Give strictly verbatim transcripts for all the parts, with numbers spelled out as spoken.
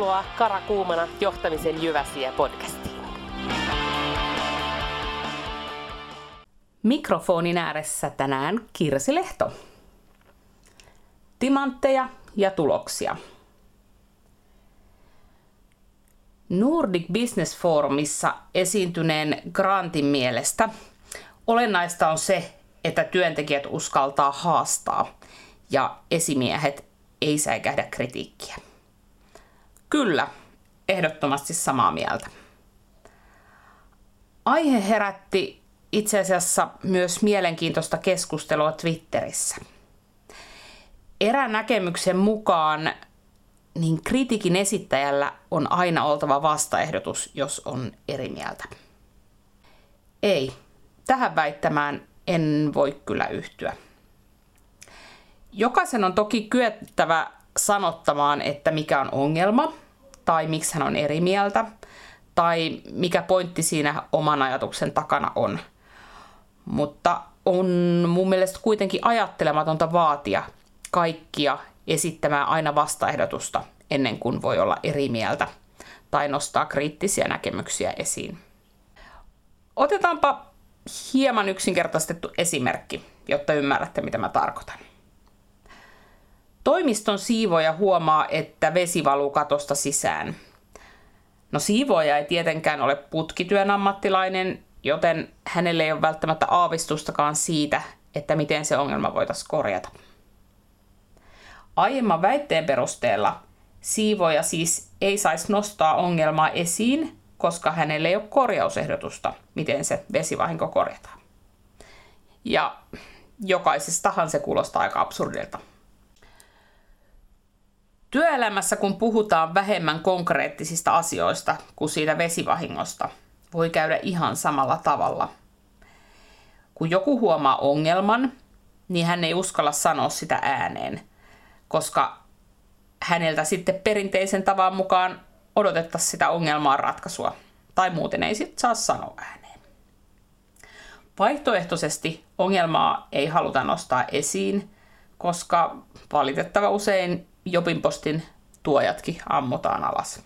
Tervetuloa Karakuumana johtamisen jyväsiä podcastiin. Mikrofonin ääressä tänään Kirsi Lehto. Timantteja ja tuloksia. Nordic Business Forumissa esiintyneen Grantin mielestä olennaista on se, että työntekijät uskaltaa haastaa ja esimiehet ei säikähdä kritiikkiä. Kyllä, ehdottomasti samaa mieltä. Aihe herätti itse asiassa myös mielenkiintoista keskustelua Twitterissä. Erään näkemyksen mukaan niin kritiikin esittäjällä on aina oltava vastaehdotus, jos on eri mieltä. Ei, tähän väittämään en voi kyllä yhtyä. Jokaisen on toki kyettävä sanottamaan, että mikä on ongelma, tai miksi hän on eri mieltä, tai mikä pointti siinä oman ajatuksen takana on. Mutta on mun mielestä kuitenkin ajattelematonta vaatia kaikkia esittämään aina vastaehdotusta ennen kuin voi olla eri mieltä tai nostaa kriittisiä näkemyksiä esiin. Otetaanpa hieman yksinkertaistettu esimerkki, jotta ymmärrätte, mitä mä tarkoitan. Toimiston siivoja huomaa, että vesi valuu katosta sisään. No siivoja ei tietenkään ole putkityön ammattilainen, joten hänelle ei ole välttämättä aavistustakaan siitä, että miten se ongelma voitaisiin korjata. Aiemman väitteen perusteella siivoja siis ei saisi nostaa ongelmaa esiin, koska hänelle ei ole korjausehdotusta, miten se vesivahinko korjataan. Ja jokaisestahan se kuulostaa aika absurdilta. Työelämässä, kun puhutaan vähemmän konkreettisista asioista kuin siitä vesivahingosta, voi käydä ihan samalla tavalla. Kun joku huomaa ongelman, niin hän ei uskalla sanoa sitä ääneen, koska häneltä sitten perinteisen tavan mukaan odotettaisiin sitä ongelmaa ratkaisua, tai muuten ei sitten saa sanoa ääneen. Vaihtoehtoisesti ongelmaa ei haluta nostaa esiin, koska valitettava usein Jobinpostin tuojatkin ammutaan alas.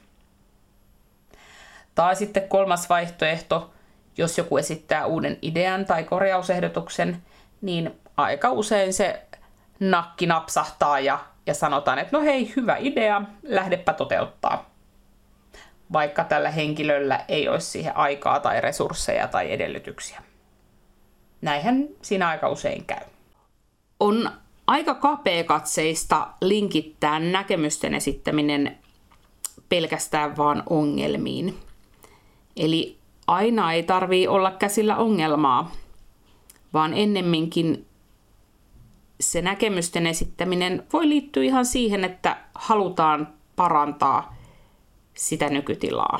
Tai sitten kolmas vaihtoehto, jos joku esittää uuden idean tai korjausehdotuksen, niin aika usein se nakki napsahtaa ja, ja sanotaan, että no hei, hyvä idea, lähdepä toteuttaa. Vaikka tällä henkilöllä ei olisi siihen aikaa tai resursseja tai edellytyksiä. Näinhän siinä aika usein käy. On aika kapeakatseista linkittää näkemysten esittäminen pelkästään vaan ongelmiin. Eli aina ei tarvitse olla käsillä ongelmaa, vaan ennemminkin se näkemysten esittäminen voi liittyä ihan siihen, että halutaan parantaa sitä nykytilaa.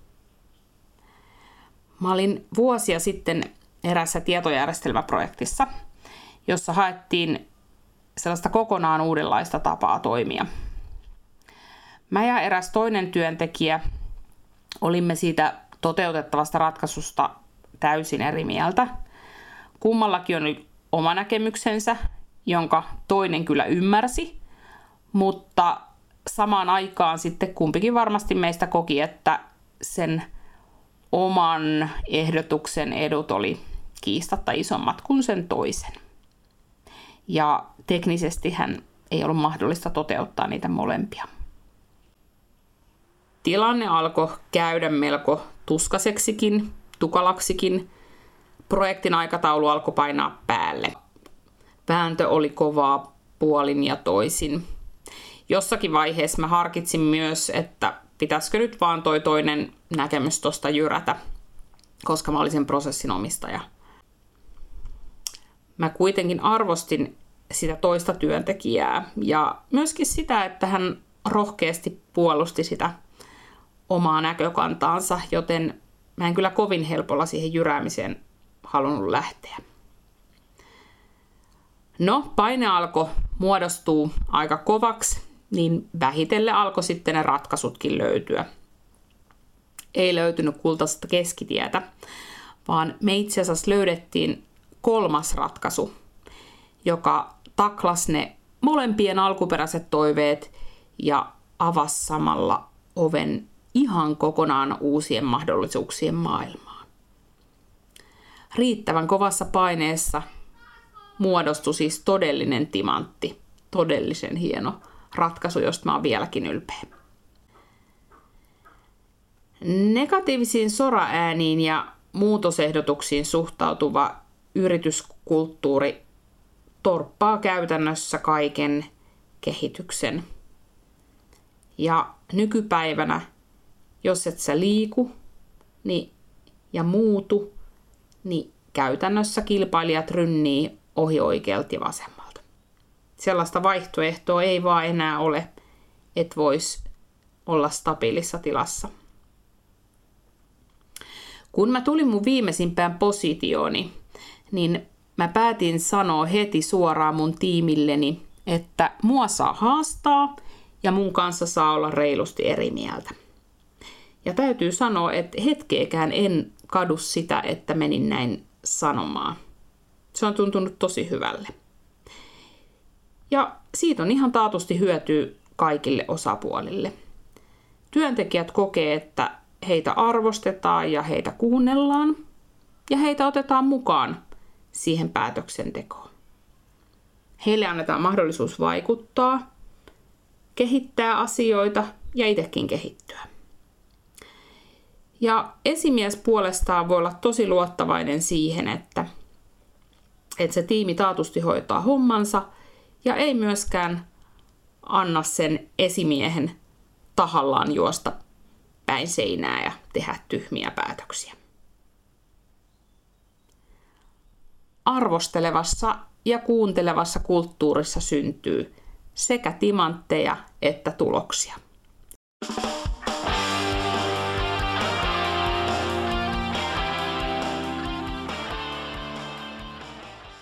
Mä olin vuosia sitten erässä tietojärjestelmäprojektissa, jossa haettiin sellaista kokonaan uudenlaista tapaa toimia. Mä ja eräs toinen työntekijä olimme siitä toteutettavasta ratkaisusta täysin eri mieltä. Kummallakin oli oma näkemyksensä, jonka toinen kyllä ymmärsi, mutta samaan aikaan sitten kumpikin varmasti meistä koki, että sen oman ehdotuksen edut oli kiistatta isommat kuin sen toisen. Ja teknisesti hän ei ollut mahdollista toteuttaa niitä molempia. Tilanne alkoi käydä melko tuskaseksikin, tukalaksikin. Projektin aikataulu alkoi painaa päälle. Vääntö oli kovaa puolin ja toisin. Jossakin vaiheessa mä harkitsin myös, että pitäisikö nyt vaan toi toinen näkemys tosta jyrätä, koska mä olin sen prosessin omistaja. Mä kuitenkin arvostin sitä toista työntekijää ja myöskin sitä, että hän rohkeasti puolusti sitä omaa näkökantaansa, joten mä en kyllä kovin helpolla siihen jyräämiseen halunnut lähteä. No, paine alkoi muodostua aika kovaksi, niin vähitellen alkoi sitten ne ratkaisutkin löytyä. Ei löytynyt kultaista keskitietä, vaan me itse asiassa löydettiin kolmas ratkaisu, joka taklasi ne molempien alkuperäiset toiveet ja avasi samalla oven ihan kokonaan uusien mahdollisuuksien maailmaan. Riittävän kovassa paineessa muodostui siis todellinen timantti, todellisen hieno ratkaisu, josta mä oon vieläkin ylpeä. Negatiivisiin soraääniin ja muutosehdotuksiin suhtautuva yrityskulttuuri torppaa käytännössä kaiken kehityksen. Ja nykypäivänä, jos et sä liiku niin, ja muutu, niin käytännössä kilpailijat rynnii ohi oikealta ja vasemmalta. Sellaista vaihtoehtoa ei vaan enää ole, et vois olla stabiilissa tilassa. Kun mä tulin mun viimeisimpään positiooni, niin mä päätin sanoa heti suoraan mun tiimilleni, että mua saa haastaa ja mun kanssa saa olla reilusti eri mieltä. Ja täytyy sanoa, että hetkeäkään en kadu sitä, että menin näin sanomaan. Se on tuntunut tosi hyvälle. Ja siitä on ihan taatusti hyötyä kaikille osapuolille. Työntekijät kokee, että heitä arvostetaan ja heitä kuunnellaan ja heitä otetaan mukaan siihen päätöksentekoon. Heille annetaan mahdollisuus vaikuttaa, kehittää asioita ja itsekin kehittyä. Ja esimies puolestaan voi olla tosi luottavainen siihen, että, että se tiimi taatusti hoitaa hommansa ja ei myöskään anna sen esimiehen tahallaan juosta päin seinää ja tehdä tyhmiä päätöksiä. Arvostelevassa ja kuuntelevassa kulttuurissa syntyy sekä timantteja että tuloksia.